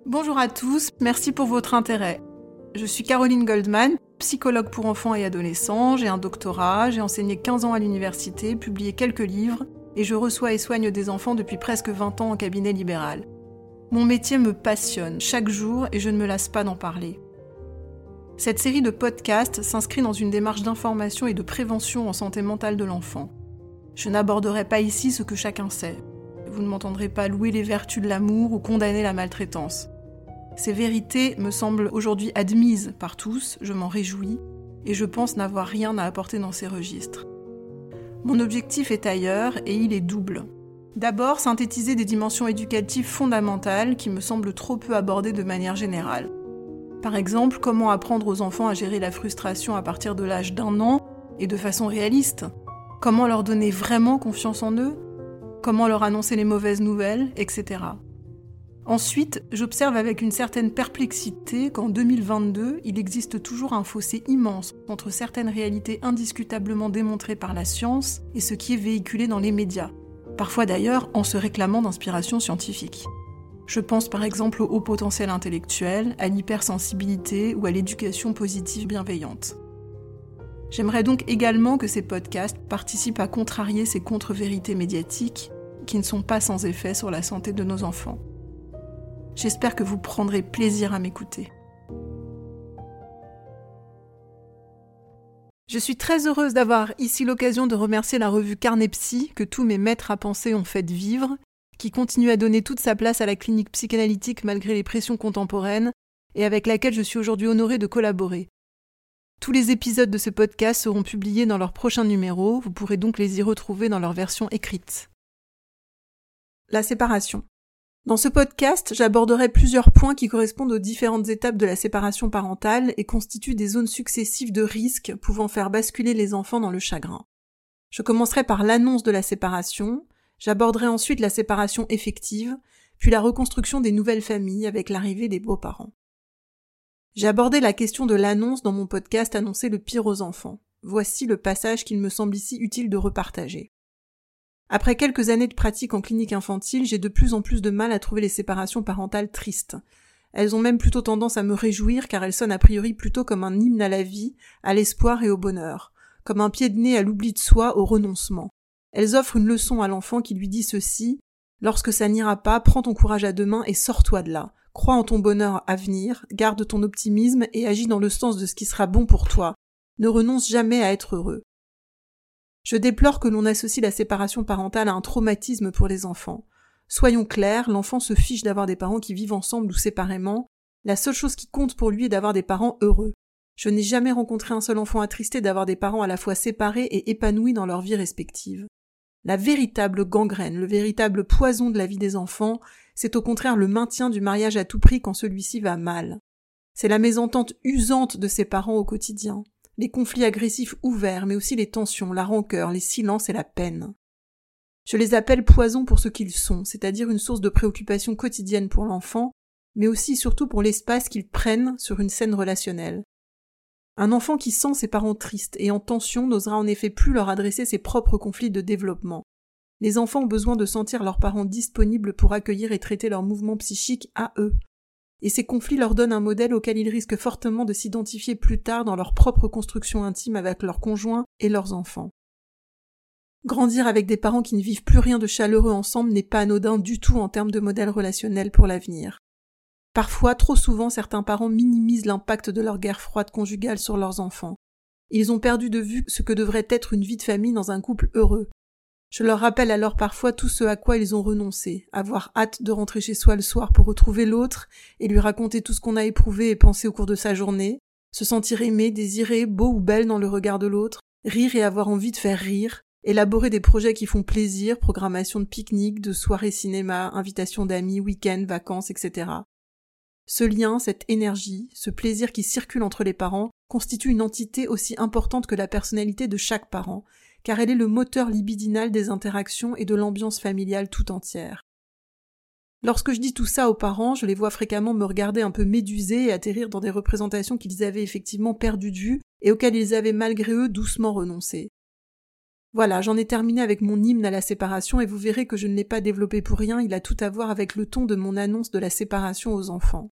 Bonjour à tous, merci pour votre intérêt. Je suis Caroline Goldman, psychologue pour enfants et adolescents, j'ai un doctorat, j'ai enseigné 15 ans à l'université, publié quelques livres, et je reçois et soigne des enfants depuis presque 20 ans en cabinet libéral. Mon métier me passionne chaque jour et je ne me lasse pas d'en parler. Cette série de podcasts s'inscrit dans une démarche d'information et de prévention en santé mentale de l'enfant. Je n'aborderai pas ici ce que chacun sait. Vous ne m'entendrez pas louer les vertus de l'amour ou condamner la maltraitance. Ces vérités me semblent aujourd'hui admises par tous, je m'en réjouis, et je pense n'avoir rien à apporter dans ces registres. Mon objectif est ailleurs et il est double. D'abord, synthétiser des dimensions éducatives fondamentales qui me semblent trop peu abordées de manière générale. Par exemple, comment apprendre aux enfants à gérer la frustration à partir de l'âge d'1 an et de façon réaliste ? Comment leur donner vraiment confiance en eux ? Comment leur annoncer les mauvaises nouvelles, etc. Ensuite, j'observe avec une certaine perplexité qu'en 2022, il existe toujours un fossé immense entre certaines réalités indiscutablement démontrées par la science et ce qui est véhiculé dans les médias, parfois d'ailleurs en se réclamant d'inspiration scientifique. Je pense par exemple au haut potentiel intellectuel, à l'hypersensibilité ou à l'éducation positive bienveillante. J'aimerais donc également que ces podcasts participent à contrarier ces contre-vérités médiatiques qui ne sont pas sans effet sur la santé de nos enfants. J'espère que vous prendrez plaisir à m'écouter. Je suis très heureuse d'avoir ici l'occasion de remercier la revue Carnet-Psy que tous mes maîtres à penser ont fait vivre, qui continue à donner toute sa place à la clinique psychanalytique malgré les pressions contemporaines et avec laquelle je suis aujourd'hui honorée de collaborer. Tous les épisodes de ce podcast seront publiés dans leur prochain numéro, vous pourrez donc les y retrouver dans leur version écrite. La séparation. Dans ce podcast, j'aborderai plusieurs points qui correspondent aux différentes étapes de la séparation parentale et constituent des zones successives de risques pouvant faire basculer les enfants dans le chagrin. Je commencerai par l'annonce de la séparation, j'aborderai ensuite la séparation effective, puis la reconstruction des nouvelles familles avec l'arrivée des beaux-parents. J'ai abordé la question de l'annonce dans mon podcast Annoncer le pire aux enfants. Voici le passage qu'il me semble ici utile de repartager. Après quelques années de pratique en clinique infantile, j'ai de plus en plus de mal à trouver les séparations parentales tristes. Elles ont même plutôt tendance à me réjouir car elles sonnent a priori plutôt comme un hymne à la vie, à l'espoir et au bonheur, comme un pied de nez à l'oubli de soi, au renoncement. Elles offrent une leçon à l'enfant qui lui dit ceci: « Lorsque ça n'ira pas, prends ton courage à deux mains et sors-toi de là. Crois en ton bonheur à venir, garde ton optimisme et agis dans le sens de ce qui sera bon pour toi. Ne renonce jamais à être heureux. » Je déplore que l'on associe la séparation parentale à un traumatisme pour les enfants. Soyons clairs, l'enfant se fiche d'avoir des parents qui vivent ensemble ou séparément. La seule chose qui compte pour lui est d'avoir des parents heureux. Je n'ai jamais rencontré un seul enfant attristé d'avoir des parents à la fois séparés et épanouis dans leur vie respective. La véritable gangrène, le véritable poison de la vie des enfants, c'est au contraire le maintien du mariage à tout prix quand celui-ci va mal. C'est la mésentente usante de ses parents au quotidien. Les conflits agressifs ouverts, mais aussi les tensions, la rancœur, les silences et la peine. Je les appelle poisons pour ce qu'ils sont, c'est-à-dire une source de préoccupation quotidienne pour l'enfant, mais aussi et surtout pour l'espace qu'ils prennent sur une scène relationnelle. Un enfant qui sent ses parents tristes et en tension n'osera en effet plus leur adresser ses propres conflits de développement. Les enfants ont besoin de sentir leurs parents disponibles pour accueillir et traiter leurs mouvements psychiques à eux. Et ces conflits leur donnent un modèle auquel ils risquent fortement de s'identifier plus tard dans leur propre construction intime avec leurs conjoints et leurs enfants. Grandir avec des parents qui ne vivent plus rien de chaleureux ensemble n'est pas anodin du tout en termes de modèle relationnel pour l'avenir. Parfois, trop souvent, certains parents minimisent l'impact de leur guerre froide conjugale sur leurs enfants. Ils ont perdu de vue ce que devrait être une vie de famille dans un couple heureux. Je leur rappelle alors parfois tout ce à quoi ils ont renoncé, avoir hâte de rentrer chez soi le soir pour retrouver l'autre et lui raconter tout ce qu'on a éprouvé et pensé au cours de sa journée, se sentir aimé, désiré, beau ou belle dans le regard de l'autre, rire et avoir envie de faire rire, élaborer des projets qui font plaisir, programmation de pique-nique, de soirées cinéma, invitations d'amis, week-ends, vacances, etc. Ce lien, cette énergie, ce plaisir qui circule entre les parents constitue une entité aussi importante que la personnalité de chaque parent, car elle est le moteur libidinal des interactions et de l'ambiance familiale tout entière. Lorsque je dis tout ça aux parents, je les vois fréquemment me regarder un peu médusés et atterrir dans des représentations qu'ils avaient effectivement perdues de vue et auxquelles ils avaient malgré eux doucement renoncé. Voilà, j'en ai terminé avec mon hymne à la séparation et vous verrez que je ne l'ai pas développé pour rien, il a tout à voir avec le ton de mon annonce de la séparation aux enfants.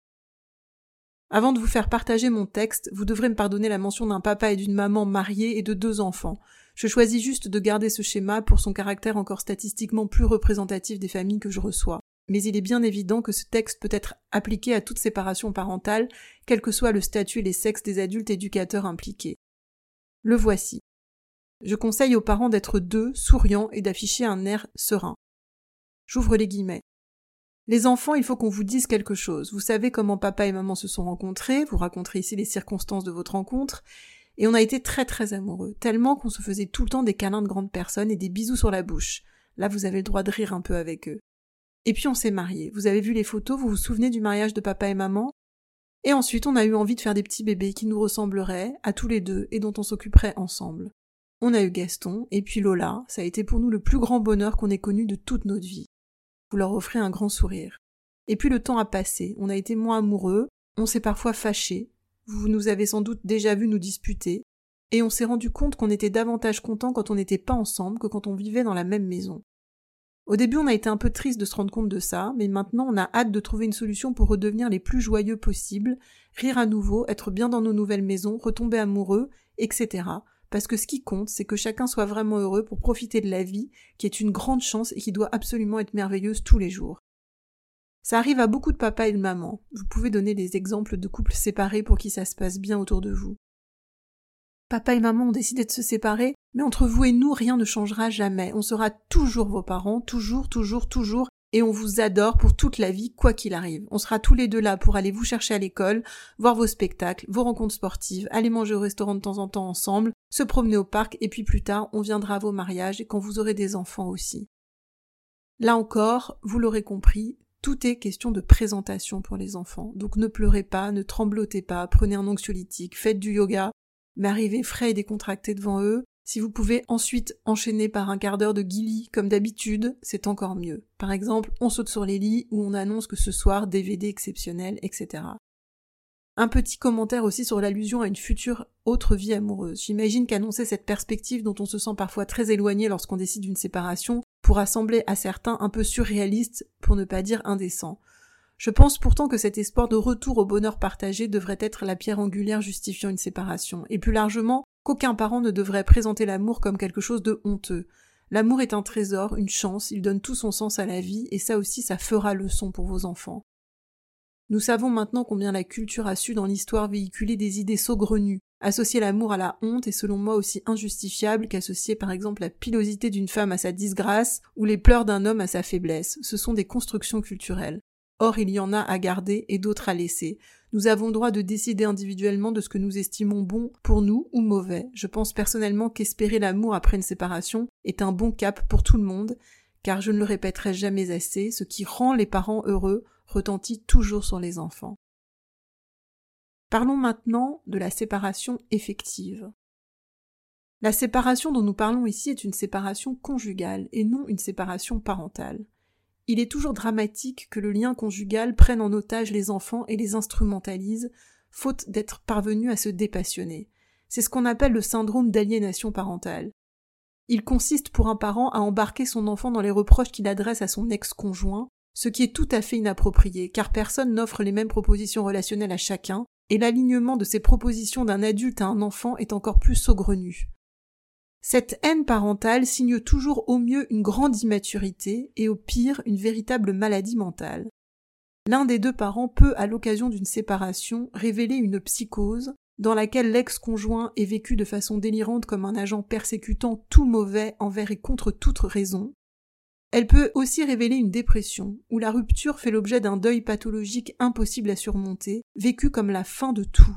Avant de vous faire partager mon texte, vous devrez me pardonner la mention d'un papa et d'une maman mariés et de 2 enfants. Je choisis juste de garder ce schéma pour son caractère encore statistiquement plus représentatif des familles que je reçois. Mais il est bien évident que ce texte peut être appliqué à toute séparation parentale, quel que soit le statut et les sexes des adultes éducateurs impliqués. Le voici. Je conseille aux parents d'être 2, souriants et d'afficher un air serein. J'ouvre les guillemets. Les enfants, il faut qu'on vous dise quelque chose. Vous savez comment papa et maman se sont rencontrés, vous raconterez ici les circonstances de votre rencontre, et on a été très très amoureux, tellement qu'on se faisait tout le temps des câlins de grandes personnes et des bisous sur la bouche. Là, vous avez le droit de rire un peu avec eux. Et puis on s'est mariés. Vous avez vu les photos, vous vous souvenez du mariage de papa et maman? Et ensuite, on a eu envie de faire des petits bébés qui nous ressembleraient, à tous les 2, et dont on s'occuperait ensemble. On a eu Gaston, et puis Lola, ça a été pour nous le plus grand bonheur qu'on ait connu de toute notre vie. Vous leur offrez un grand sourire. Et puis le temps a passé, on a été moins amoureux, on s'est parfois fâchés, vous nous avez sans doute déjà vu nous disputer, et on s'est rendu compte qu'on était davantage contents quand on n'était pas ensemble que quand on vivait dans la même maison. Au début, on a été un peu triste de se rendre compte de ça, mais maintenant on a hâte de trouver une solution pour redevenir les plus joyeux possibles, rire à nouveau, être bien dans nos nouvelles maisons, retomber amoureux, etc. Parce que ce qui compte, c'est que chacun soit vraiment heureux pour profiter de la vie, qui est une grande chance et qui doit absolument être merveilleuse tous les jours. Ça arrive à beaucoup de papas et de mamans. Vous pouvez donner des exemples de couples séparés pour qui ça se passe bien autour de vous. Papa et maman ont décidé de se séparer, mais entre vous et nous, rien ne changera jamais. On sera toujours vos parents, toujours, et on vous adore pour toute la vie, quoi qu'il arrive. On sera tous les 2 là pour aller vous chercher à l'école, voir vos spectacles, vos rencontres sportives, aller manger au restaurant de temps en temps ensemble, se promener au parc, et puis plus tard, on viendra à vos mariages et quand vous aurez des enfants aussi. Là encore, vous l'aurez compris, tout est question de présentation pour les enfants. Donc ne pleurez pas, ne tremblotez pas, prenez un anxiolytique, faites du yoga, mais arrivez frais et décontractés devant eux. Si vous pouvez ensuite enchaîner par un quart d'heure de guili, comme d'habitude, c'est encore mieux. Par exemple, on saute sur les lits ou on annonce que ce soir, DVD exceptionnel, etc. Un petit commentaire aussi sur l'allusion à une future autre vie amoureuse. J'imagine qu'annoncer cette perspective dont on se sent parfois très éloigné lorsqu'on décide d'une séparation pourra sembler à certains un peu surréaliste, pour ne pas dire indécent. Je pense pourtant que cet espoir de retour au bonheur partagé devrait être la pierre angulaire justifiant une séparation, et plus largement, qu'aucun parent ne devrait présenter l'amour comme quelque chose de honteux. L'amour est un trésor, une chance, il donne tout son sens à la vie, et ça aussi ça fera leçon pour vos enfants. Nous savons maintenant combien la culture a su dans l'histoire véhiculer des idées saugrenues, associer l'amour à la honte est selon moi aussi injustifiable qu'associer par exemple la pilosité d'une femme à sa disgrâce ou les pleurs d'un homme à sa faiblesse. Ce sont des constructions culturelles. Or, il y en a à garder et d'autres à laisser. Nous avons le droit de décider individuellement de ce que nous estimons bon pour nous ou mauvais. Je pense personnellement qu'espérer l'amour après une séparation est un bon cap pour tout le monde, car je ne le répéterai jamais assez, ce qui rend les parents heureux retentit toujours sur les enfants. Parlons maintenant de la séparation effective. La séparation dont nous parlons ici est une séparation conjugale et non une séparation parentale. Il est toujours dramatique que le lien conjugal prenne en otage les enfants et les instrumentalise, faute d'être parvenu à se dépassionner. C'est ce qu'on appelle le syndrome d'aliénation parentale. Il consiste pour un parent à embarquer son enfant dans les reproches qu'il adresse à son ex-conjoint, ce qui est tout à fait inapproprié, car personne n'offre les mêmes propositions relationnelles à chacun, et l'alignement de ces propositions d'un adulte à un enfant est encore plus saugrenu. Cette haine parentale signe toujours au mieux une grande immaturité et au pire une véritable maladie mentale. L'un des 2 parents peut, à l'occasion d'une séparation, révéler une psychose dans laquelle l'ex-conjoint est vécu de façon délirante comme un agent persécutant tout mauvais envers et contre toute raison. Elle peut aussi révéler une dépression, où la rupture fait l'objet d'un deuil pathologique impossible à surmonter, vécu comme la fin de tout.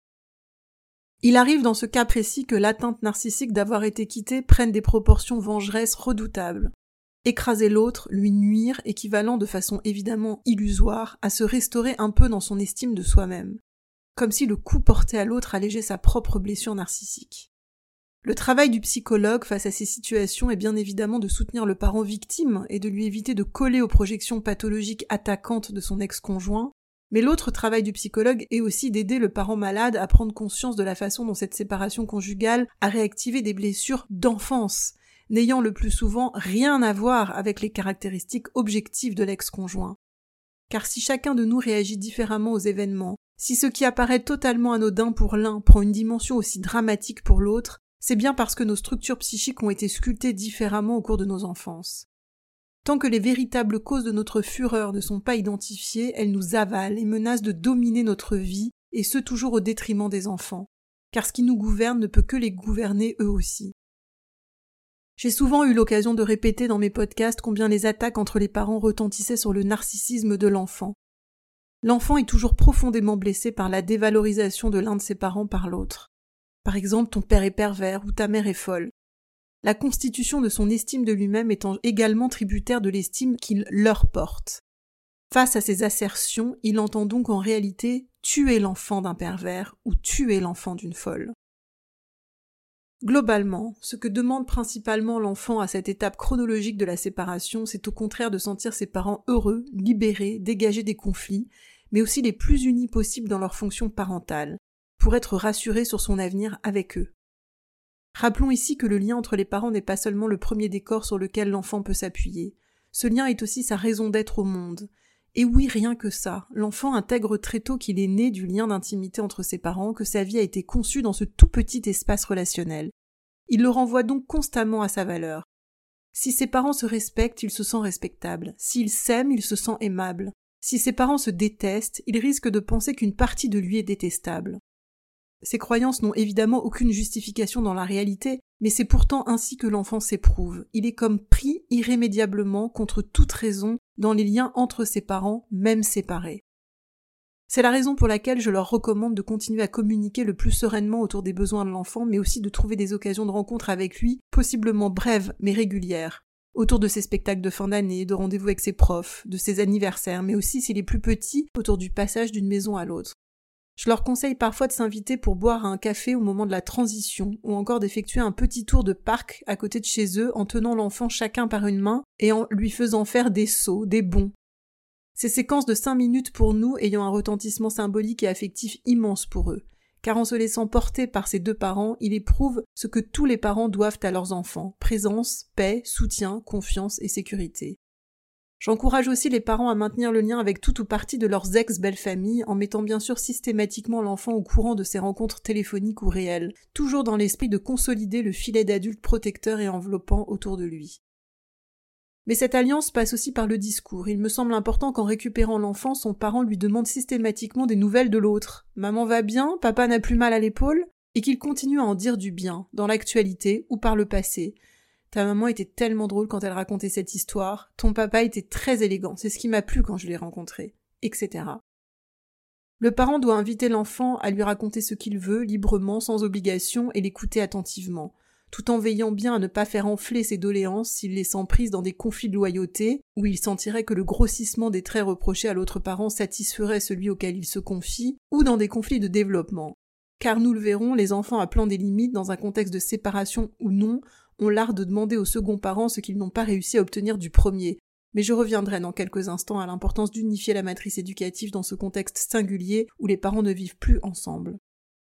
Il arrive dans ce cas précis que l'atteinte narcissique d'avoir été quitté prenne des proportions vengeresses redoutables. Écraser l'autre, lui nuire, équivalent de façon évidemment illusoire à se restaurer un peu dans son estime de soi-même. Comme si le coup porté à l'autre allégeait sa propre blessure narcissique. Le travail du psychologue face à ces situations est bien évidemment de soutenir le parent victime et de lui éviter de coller aux projections pathologiques attaquantes de son ex-conjoint, mais l'autre travail du psychologue est aussi d'aider le parent malade à prendre conscience de la façon dont cette séparation conjugale a réactivé des blessures d'enfance n'ayant le plus souvent rien à voir avec les caractéristiques objectives de l'ex-conjoint. Car si chacun de nous réagit différemment aux événements, si ce qui apparaît totalement anodin pour l'un prend une dimension aussi dramatique pour l'autre, c'est bien parce que nos structures psychiques ont été sculptées différemment au cours de nos enfances. Tant que les véritables causes de notre fureur ne sont pas identifiées, elles nous avalent et menacent de dominer notre vie, et ce toujours au détriment des enfants, car ce qui nous gouverne ne peut que les gouverner eux aussi. J'ai souvent eu l'occasion de répéter dans mes podcasts combien les attaques entre les parents retentissaient sur le narcissisme de l'enfant. L'enfant est toujours profondément blessé par la dévalorisation de l'un de ses parents par l'autre. Par exemple, ton père est pervers ou ta mère est folle. La constitution de son estime de lui-même étant également tributaire de l'estime qu'il leur porte. Face à ces assertions, il entend donc en réalité tuer l'enfant d'un pervers ou tuer l'enfant d'une folle. Globalement, ce que demande principalement l'enfant à cette étape chronologique de la séparation, c'est au contraire de sentir ses parents heureux, libérés, dégagés des conflits, mais aussi les plus unis possibles dans leur fonction parentale, pour être rassuré sur son avenir avec eux. Rappelons ici que le lien entre les parents n'est pas seulement le premier décor sur lequel l'enfant peut s'appuyer. Ce lien est aussi sa raison d'être au monde. Et oui, rien que ça, l'enfant intègre très tôt qu'il est né du lien d'intimité entre ses parents, que sa vie a été conçue dans ce tout petit espace relationnel. Il le renvoie donc constamment à sa valeur. Si ses parents se respectent, il se sent respectable. S'il s'aime, il se sent aimable. Si ses parents se détestent, il risque de penser qu'une partie de lui est détestable. Ces croyances n'ont évidemment aucune justification dans la réalité, mais c'est pourtant ainsi que l'enfant s'éprouve. Il est comme pris irrémédiablement contre toute raison dans les liens entre ses parents, même séparés. C'est la raison pour laquelle je leur recommande de continuer à communiquer le plus sereinement autour des besoins de l'enfant, mais aussi de trouver des occasions de rencontre avec lui, possiblement brèves mais régulières, autour de ses spectacles de fin d'année, de rendez-vous avec ses profs, de ses anniversaires, mais aussi, s'il est plus petit, autour du passage d'une maison à l'autre. Je leur conseille parfois de s'inviter pour boire un café au moment de la transition, ou encore d'effectuer un petit tour de parc à côté de chez eux en tenant l'enfant chacun par une main et en lui faisant faire des sauts, des bonds. Ces séquences de 5 minutes pour nous ayant un retentissement symbolique et affectif immense pour eux, car en se laissant porter par ses deux parents, il éprouve ce que tous les parents doivent à leurs enfants, présence, paix, soutien, confiance et sécurité. J'encourage aussi les parents à maintenir le lien avec tout ou partie de leurs ex-belles-familles en mettant bien sûr systématiquement l'enfant au courant de ces rencontres téléphoniques ou réelles, toujours dans l'esprit de consolider le filet d'adultes protecteur et enveloppant autour de lui. Mais cette alliance passe aussi par le discours. Il me semble important qu'en récupérant l'enfant, son parent lui demande systématiquement des nouvelles de l'autre. « Maman va bien ? Papa n'a plus mal à l'épaule ?» Et qu'il continue à en dire du bien, dans l'actualité ou par le passé. Ta maman était tellement drôle quand elle racontait cette histoire, ton papa était très élégant, c'est ce qui m'a plu quand je l'ai rencontré, etc. Le parent doit inviter l'enfant à lui raconter ce qu'il veut, librement, sans obligation, et l'écouter attentivement, tout en veillant bien à ne pas faire enfler ses doléances s'il les sent prises dans des conflits de loyauté, où il sentirait que le grossissement des traits reprochés à l'autre parent satisferait celui auquel il se confie, ou dans des conflits de développement. Car nous le verrons, les enfants appelant des limites dans un contexte de séparation ou non, ont l'art de demander au second parent ce qu'ils n'ont pas réussi à obtenir du premier. Mais je reviendrai dans quelques instants à l'importance d'unifier la matrice éducative dans ce contexte singulier où les parents ne vivent plus ensemble.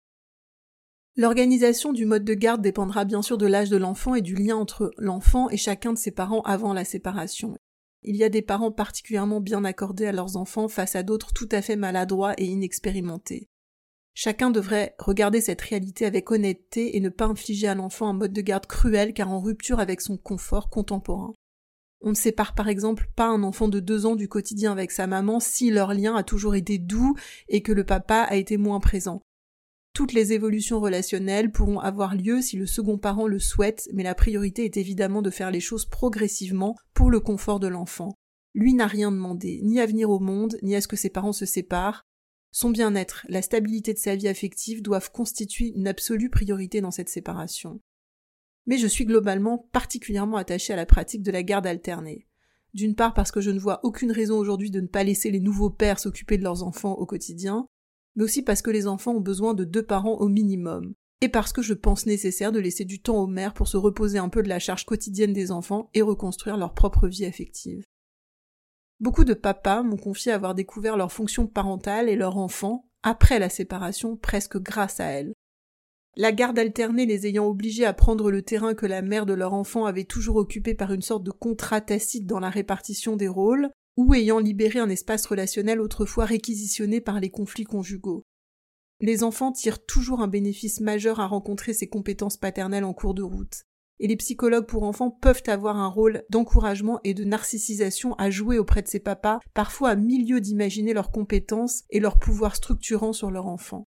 L'organisation du mode de garde dépendra bien sûr de l'âge de l'enfant et du lien entre l'enfant et chacun de ses parents avant la séparation. Il y a des parents particulièrement bien accordés à leurs enfants face à d'autres tout à fait maladroits et inexpérimentés. Chacun devrait regarder cette réalité avec honnêteté et ne pas infliger à l'enfant un mode de garde cruel car en rupture avec son confort contemporain. On ne sépare par exemple pas un enfant de 2 ans du quotidien avec sa maman si leur lien a toujours été doux et que le papa a été moins présent. Toutes les évolutions relationnelles pourront avoir lieu si le second parent le souhaite, mais la priorité est évidemment de faire les choses progressivement pour le confort de l'enfant. Lui n'a rien demandé, ni à venir au monde, ni à ce que ses parents se séparent. Son bien-être, la stabilité de sa vie affective doivent constituer une absolue priorité dans cette séparation. Mais je suis globalement particulièrement attachée à la pratique de la garde alternée. D'une part parce que je ne vois aucune raison aujourd'hui de ne pas laisser les nouveaux pères s'occuper de leurs enfants au quotidien, mais aussi parce que les enfants ont besoin de 2 parents au minimum, et parce que je pense nécessaire de laisser du temps aux mères pour se reposer un peu de la charge quotidienne des enfants et reconstruire leur propre vie affective. Beaucoup de papas m'ont confié avoir découvert leur fonction parentale et leur enfant après la séparation presque grâce à elle. la garde alternée les ayant obligés à prendre le terrain que la mère de leur enfant avait toujours occupé par une sorte de contrat tacite dans la répartition des rôles, ou ayant libéré un espace relationnel autrefois réquisitionné par les conflits conjugaux. Les enfants tirent toujours un bénéfice majeur à rencontrer ces compétences paternelles en cours de route. Et les psychologues pour enfants peuvent avoir un rôle d'encouragement et de narcissisation à jouer auprès de ces papas, parfois à milieu d'imaginer leurs compétences et leur pouvoir structurant sur leur enfant.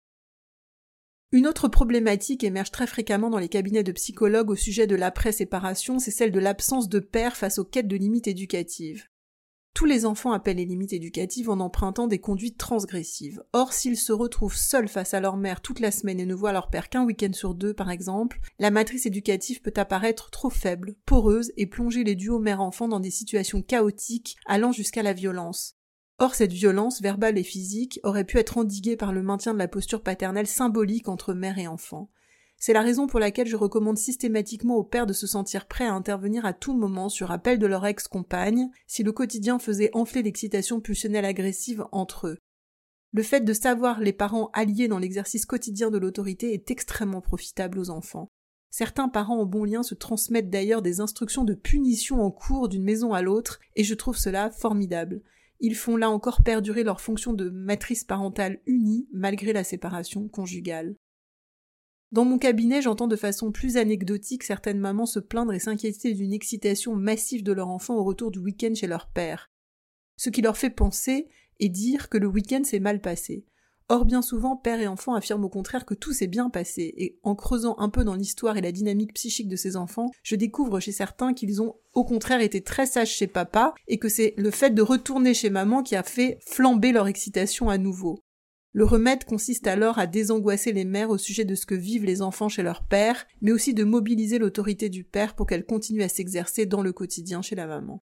Une autre problématique émerge très fréquemment dans les cabinets de psychologues au sujet de l'après-séparation, c'est celle de l'absence de père face aux quêtes de limites éducatives. Tous les enfants appellent les limites éducatives en empruntant des conduites transgressives. Or, s'ils se retrouvent seuls face à leur mère toute la semaine et ne voient leur père qu'un week-end sur 2, par exemple, la matrice éducative peut apparaître trop faible, poreuse et plonger les duos mère-enfant dans des situations chaotiques allant jusqu'à la violence. Or, cette violence, verbale et physique, aurait pu être endiguée par le maintien de la posture paternelle symbolique entre mère et enfant. C'est la raison pour laquelle je recommande systématiquement aux pères de se sentir prêts à intervenir à tout moment sur appel de leur ex-compagne si le quotidien faisait enfler l'excitation pulsionnelle agressive entre eux. Le fait de savoir les parents alliés dans l'exercice quotidien de l'autorité est extrêmement profitable aux enfants. Certains parents en bon lien se transmettent d'ailleurs des instructions de punition en cours d'une maison à l'autre et je trouve cela formidable. Ils font là encore perdurer leur fonction de matrice parentale unie malgré la séparation conjugale. Dans mon cabinet, j'entends de façon plus anecdotique certaines mamans se plaindre et s'inquiéter d'une excitation massive de leur enfant au retour du week-end chez leur père. Ce qui leur fait penser et dire que le week-end s'est mal passé. Or, bien souvent, père et enfant affirment au contraire que tout s'est bien passé, et en creusant un peu dans l'histoire et la dynamique psychique de ces enfants, je découvre chez certains qu'ils ont au contraire été très sages chez papa, et que c'est le fait de retourner chez maman qui a fait flamber leur excitation à nouveau. Le remède consiste alors à désangoisser les mères au sujet de ce que vivent les enfants chez leur père, mais aussi de mobiliser l'autorité du père pour qu'elle continue à s'exercer dans le quotidien chez la maman.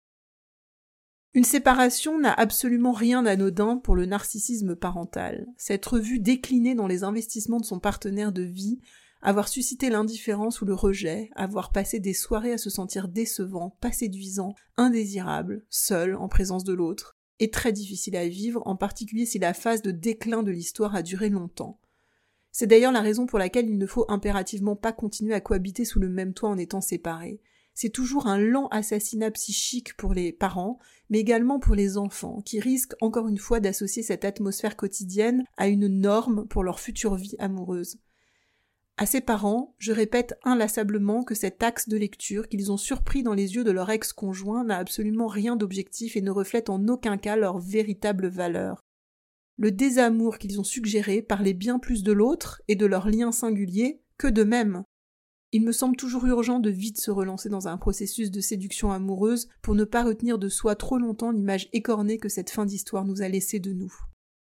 Une séparation n'a absolument rien d'anodin pour le narcissisme parental. S'être vu décliner dans les investissements de son partenaire de vie, avoir suscité l'indifférence ou le rejet, avoir passé des soirées à se sentir décevant, pas séduisant, indésirable, seul en présence de l'autre, est très difficile à vivre, en particulier si la phase de déclin de l'histoire a duré longtemps. C'est d'ailleurs la raison pour laquelle il ne faut impérativement pas continuer à cohabiter sous le même toit en étant séparés. C'est toujours un lent assassinat psychique pour les parents, mais également pour les enfants, qui risquent encore une fois d'associer cette atmosphère quotidienne à une norme pour leur future vie amoureuse. À ces parents, je répète inlassablement que cet axe de lecture qu'ils ont surpris dans les yeux de leur ex-conjoint n'a absolument rien d'objectif et ne reflète en aucun cas leur véritable valeur. Le désamour qu'ils ont suggéré parlait bien plus de l'autre et de leur lien singulier que d'eux-mêmes. Il me semble toujours urgent de vite se relancer dans un processus de séduction amoureuse pour ne pas retenir de soi trop longtemps l'image écornée que cette fin d'histoire nous a laissée de nous.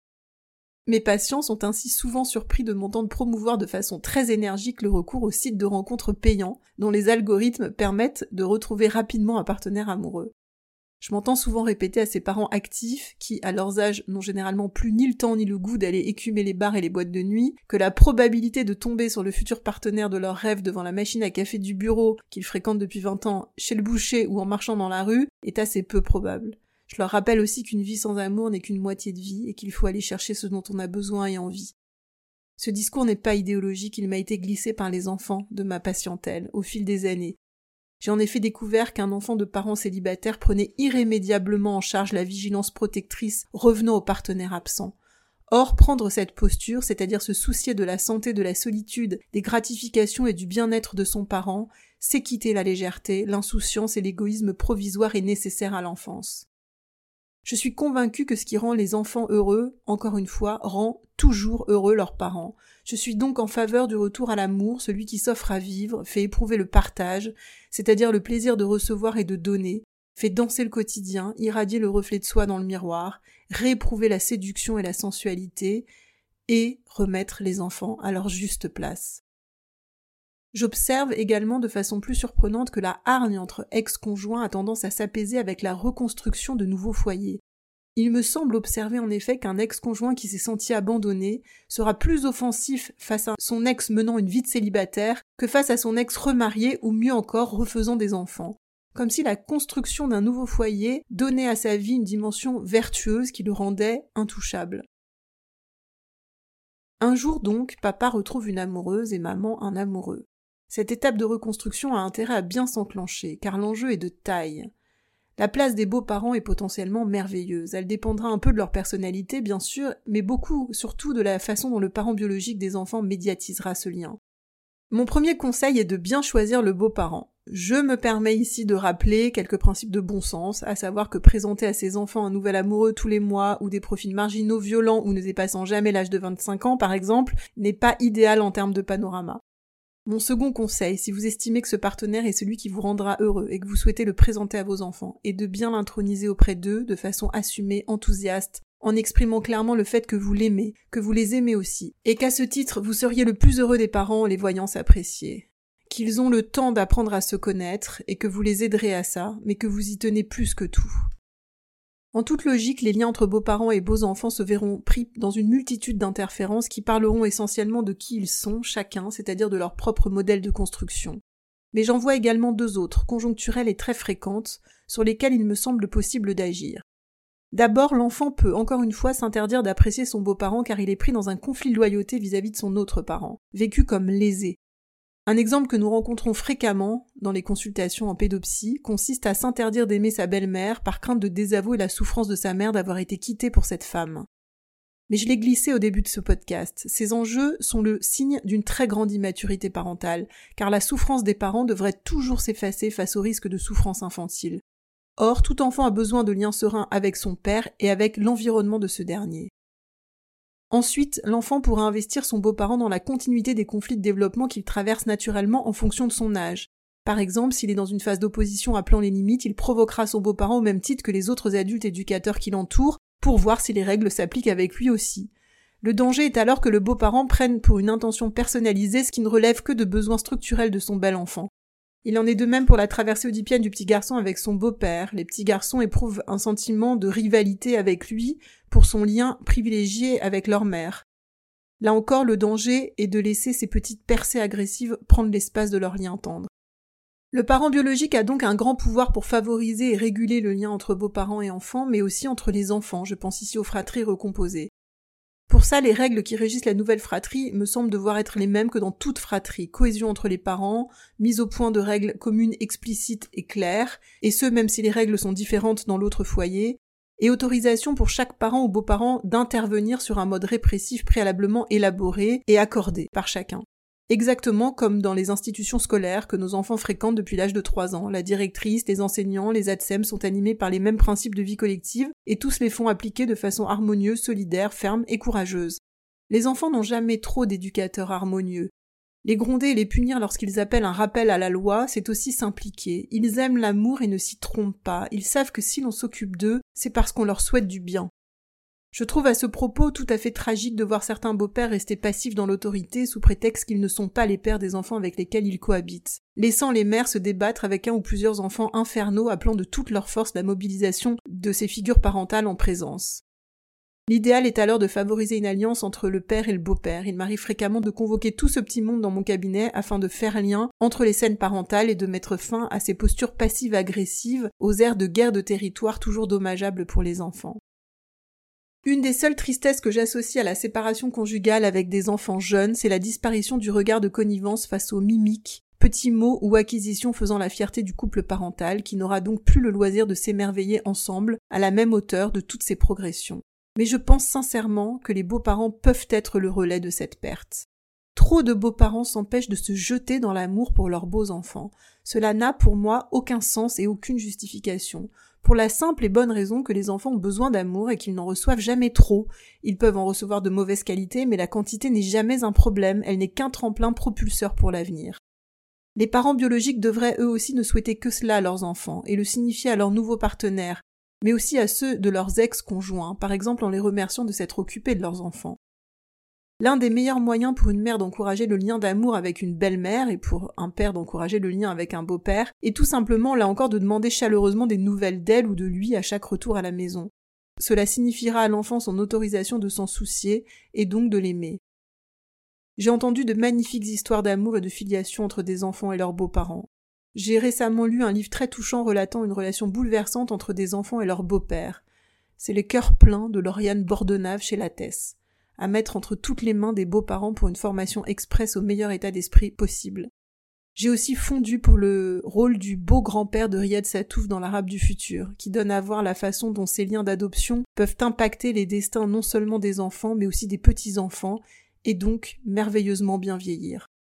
Mes patients sont ainsi souvent surpris de m'entendre promouvoir de façon très énergique le recours aux sites de rencontres payants, dont les algorithmes permettent de retrouver rapidement un partenaire amoureux. Je m'entends souvent répéter à ces parents actifs, qui, à leurs âges, n'ont généralement plus ni le temps ni le goût d'aller écumer les bars et les boîtes de nuit, que la probabilité de tomber sur le futur partenaire de leurs rêves devant la machine à café du bureau, qu'ils fréquentent depuis 20 ans, chez le boucher ou en marchant dans la rue, est assez peu probable. Je leur rappelle aussi qu'une vie sans amour n'est qu'une moitié de vie et qu'il faut aller chercher ce dont on a besoin et envie. Ce discours n'est pas idéologique, il m'a été glissé par les enfants de ma patientèle, au fil des années. J'ai en effet découvert qu'un enfant de parents célibataires prenait irrémédiablement en charge la vigilance protectrice revenant au partenaire absent. Or, prendre cette posture, c'est-à-dire se soucier de la santé, de la solitude, des gratifications et du bien-être de son parent, c'est quitter la légèreté, l'insouciance et l'égoïsme provisoire et nécessaire à l'enfance. Je suis convaincue que ce qui rend les enfants heureux, encore une fois, rend toujours heureux leurs parents. Je suis donc en faveur du retour à l'amour, celui qui s'offre à vivre, fait éprouver le partage, c'est-à-dire le plaisir de recevoir et de donner, fait danser le quotidien, irradier le reflet de soi dans le miroir, rééprouver la séduction et la sensualité, et remettre les enfants à leur juste place. J'observe également de façon plus surprenante que la hargne entre ex-conjoints a tendance à s'apaiser avec la reconstruction de nouveaux foyers. Il me semble observer en effet qu'un ex-conjoint qui s'est senti abandonné sera plus offensif face à son ex menant une vie de célibataire que face à son ex remarié ou mieux encore refaisant des enfants. Comme si la construction d'un nouveau foyer donnait à sa vie une dimension vertueuse qui le rendait intouchable. Un jour donc, papa retrouve une amoureuse et maman un amoureux. Cette étape de reconstruction a intérêt à bien s'enclencher, car l'enjeu est de taille. La place des beaux-parents est potentiellement merveilleuse. Elle dépendra un peu de leur personnalité, bien sûr, mais beaucoup, surtout, de la façon dont le parent biologique des enfants médiatisera ce lien. Mon premier conseil est de bien choisir le beau-parent. Je me permets ici de rappeler quelques principes de bon sens, à savoir que présenter à ses enfants un nouvel amoureux tous les mois ou des profils marginaux violents ou ne dépassant jamais l'âge de 25 ans, par exemple, n'est pas idéal en termes de panorama. Mon second conseil, si vous estimez que ce partenaire est celui qui vous rendra heureux et que vous souhaitez le présenter à vos enfants, est de bien l'introniser auprès d'eux de façon assumée, enthousiaste, en exprimant clairement le fait que vous l'aimez, que vous les aimez aussi, et qu'à ce titre, vous seriez le plus heureux des parents en les voyant s'apprécier. Qu'ils ont le temps d'apprendre à se connaître et que vous les aiderez à ça, mais que vous y tenez plus que tout. En toute logique, les liens entre beaux-parents et beaux-enfants se verront pris dans une multitude d'interférences qui parleront essentiellement de qui ils sont, chacun, c'est-à-dire de leur propre modèle de construction. Mais j'en vois également deux autres, conjoncturelles et très fréquentes, sur lesquelles il me semble possible d'agir. D'abord, l'enfant peut, encore une fois, s'interdire d'apprécier son beau-parent car il est pris dans un conflit de loyauté vis-à-vis de son autre parent, vécu comme lésé. Un exemple que nous rencontrons fréquemment dans les consultations en pédopsie consiste à s'interdire d'aimer sa belle-mère par crainte de désavouer la souffrance de sa mère d'avoir été quittée pour cette femme. Mais je l'ai glissé au début de ce podcast, ces enjeux sont le signe d'une très grande immaturité parentale, car la souffrance des parents devrait toujours s'effacer face au risque de souffrance infantile. Or, tout enfant a besoin de liens sereins avec son père et avec l'environnement de ce dernier. Ensuite, l'enfant pourra investir son beau-parent dans la continuité des conflits de développement qu'il traverse naturellement en fonction de son âge. Par exemple, s'il est dans une phase d'opposition appelant les limites, il provoquera son beau-parent au même titre que les autres adultes éducateurs qui l'entourent pour voir si les règles s'appliquent avec lui aussi. Le danger est alors que le beau-parent prenne pour une intention personnalisée ce qui ne relève que de besoins structurels de son bel enfant. Il en est de même pour la traversée oedipienne du petit garçon avec son beau-père. Les petits garçons éprouvent un sentiment de rivalité avec lui pour son lien privilégié avec leur mère. Là encore, le danger est de laisser ces petites percées agressives prendre l'espace de leur lien tendre. Le parent biologique a donc un grand pouvoir pour favoriser et réguler le lien entre beaux-parents et enfants, mais aussi entre les enfants, je pense ici aux fratries recomposées. Pour ça, les règles qui régissent la nouvelle fratrie me semblent devoir être les mêmes que dans toute fratrie. Cohésion entre les parents, mise au point de règles communes explicites et claires, et ce même si les règles sont différentes dans l'autre foyer, et autorisation pour chaque parent ou beau-parent d'intervenir sur un mode répressif préalablement élaboré et accordé par chacun. Exactement comme dans les institutions scolaires que nos enfants fréquentent depuis l'âge de 3 ans. La directrice, les enseignants, les ATSEM sont animés par les mêmes principes de vie collective et tous les font appliquer de façon harmonieuse, solidaire, ferme et courageuse. Les enfants n'ont jamais trop d'éducateurs harmonieux. Les gronder et les punir lorsqu'ils appellent un rappel à la loi, c'est aussi s'impliquer. Ils aiment l'amour et ne s'y trompent pas. Ils savent que si l'on s'occupe d'eux, c'est parce qu'on leur souhaite du bien. Je trouve à ce propos tout à fait tragique de voir certains beaux-pères rester passifs dans l'autorité sous prétexte qu'ils ne sont pas les pères des enfants avec lesquels ils cohabitent, laissant les mères se débattre avec un ou plusieurs enfants infernaux appelant de toute leur force la mobilisation de ces figures parentales en présence. L'idéal est alors de favoriser une alliance entre le père et le beau-père. Il m'arrive fréquemment de convoquer tout ce petit monde dans mon cabinet afin de faire lien entre les scènes parentales et de mettre fin à ces postures passives-agressives, aux airs de guerre de territoire toujours dommageables pour les enfants. Une des seules tristesses que j'associe à la séparation conjugale avec des enfants jeunes, c'est la disparition du regard de connivence face aux mimiques, petits mots ou acquisitions faisant la fierté du couple parental, qui n'aura donc plus le loisir de s'émerveiller ensemble à la même hauteur de toutes ces progressions. Mais je pense sincèrement que les beaux-parents peuvent être le relais de cette perte. Trop de beaux-parents s'empêchent de se jeter dans l'amour pour leurs beaux enfants. Cela n'a pour moi aucun sens et aucune justification. Pour la simple et bonne raison que les enfants ont besoin d'amour et qu'ils n'en reçoivent jamais trop. Ils peuvent en recevoir de mauvaise qualité, mais la quantité n'est jamais un problème, elle n'est qu'un tremplin propulseur pour l'avenir. Les parents biologiques devraient eux aussi ne souhaiter que cela à leurs enfants, et le signifier à leurs nouveaux partenaires, mais aussi à ceux de leurs ex-conjoints, par exemple en les remerciant de s'être occupés de leurs enfants. L'un des meilleurs moyens pour une mère d'encourager le lien d'amour avec une belle-mère et pour un père d'encourager le lien avec un beau-père est tout simplement, là encore, de demander chaleureusement des nouvelles d'elle ou de lui à chaque retour à la maison. Cela signifiera à l'enfant son autorisation de s'en soucier et donc de l'aimer. J'ai entendu de magnifiques histoires d'amour et de filiation entre des enfants et leurs beaux-parents. J'ai récemment lu un livre très touchant relatant une relation bouleversante entre des enfants et leur beau-père. C'est Le cœur plein de Lauriane Bordenave chez Lattès. à mettre entre toutes les mains des beaux-parents pour une formation express au meilleur état d'esprit possible. J'ai aussi fondu pour le rôle du beau grand-père de Riyad Sattouf dans l'Arabe du futur, qui donne à voir la façon dont ces liens d'adoption peuvent impacter les destins non seulement des enfants, mais aussi des petits-enfants, et donc merveilleusement bien vieillir.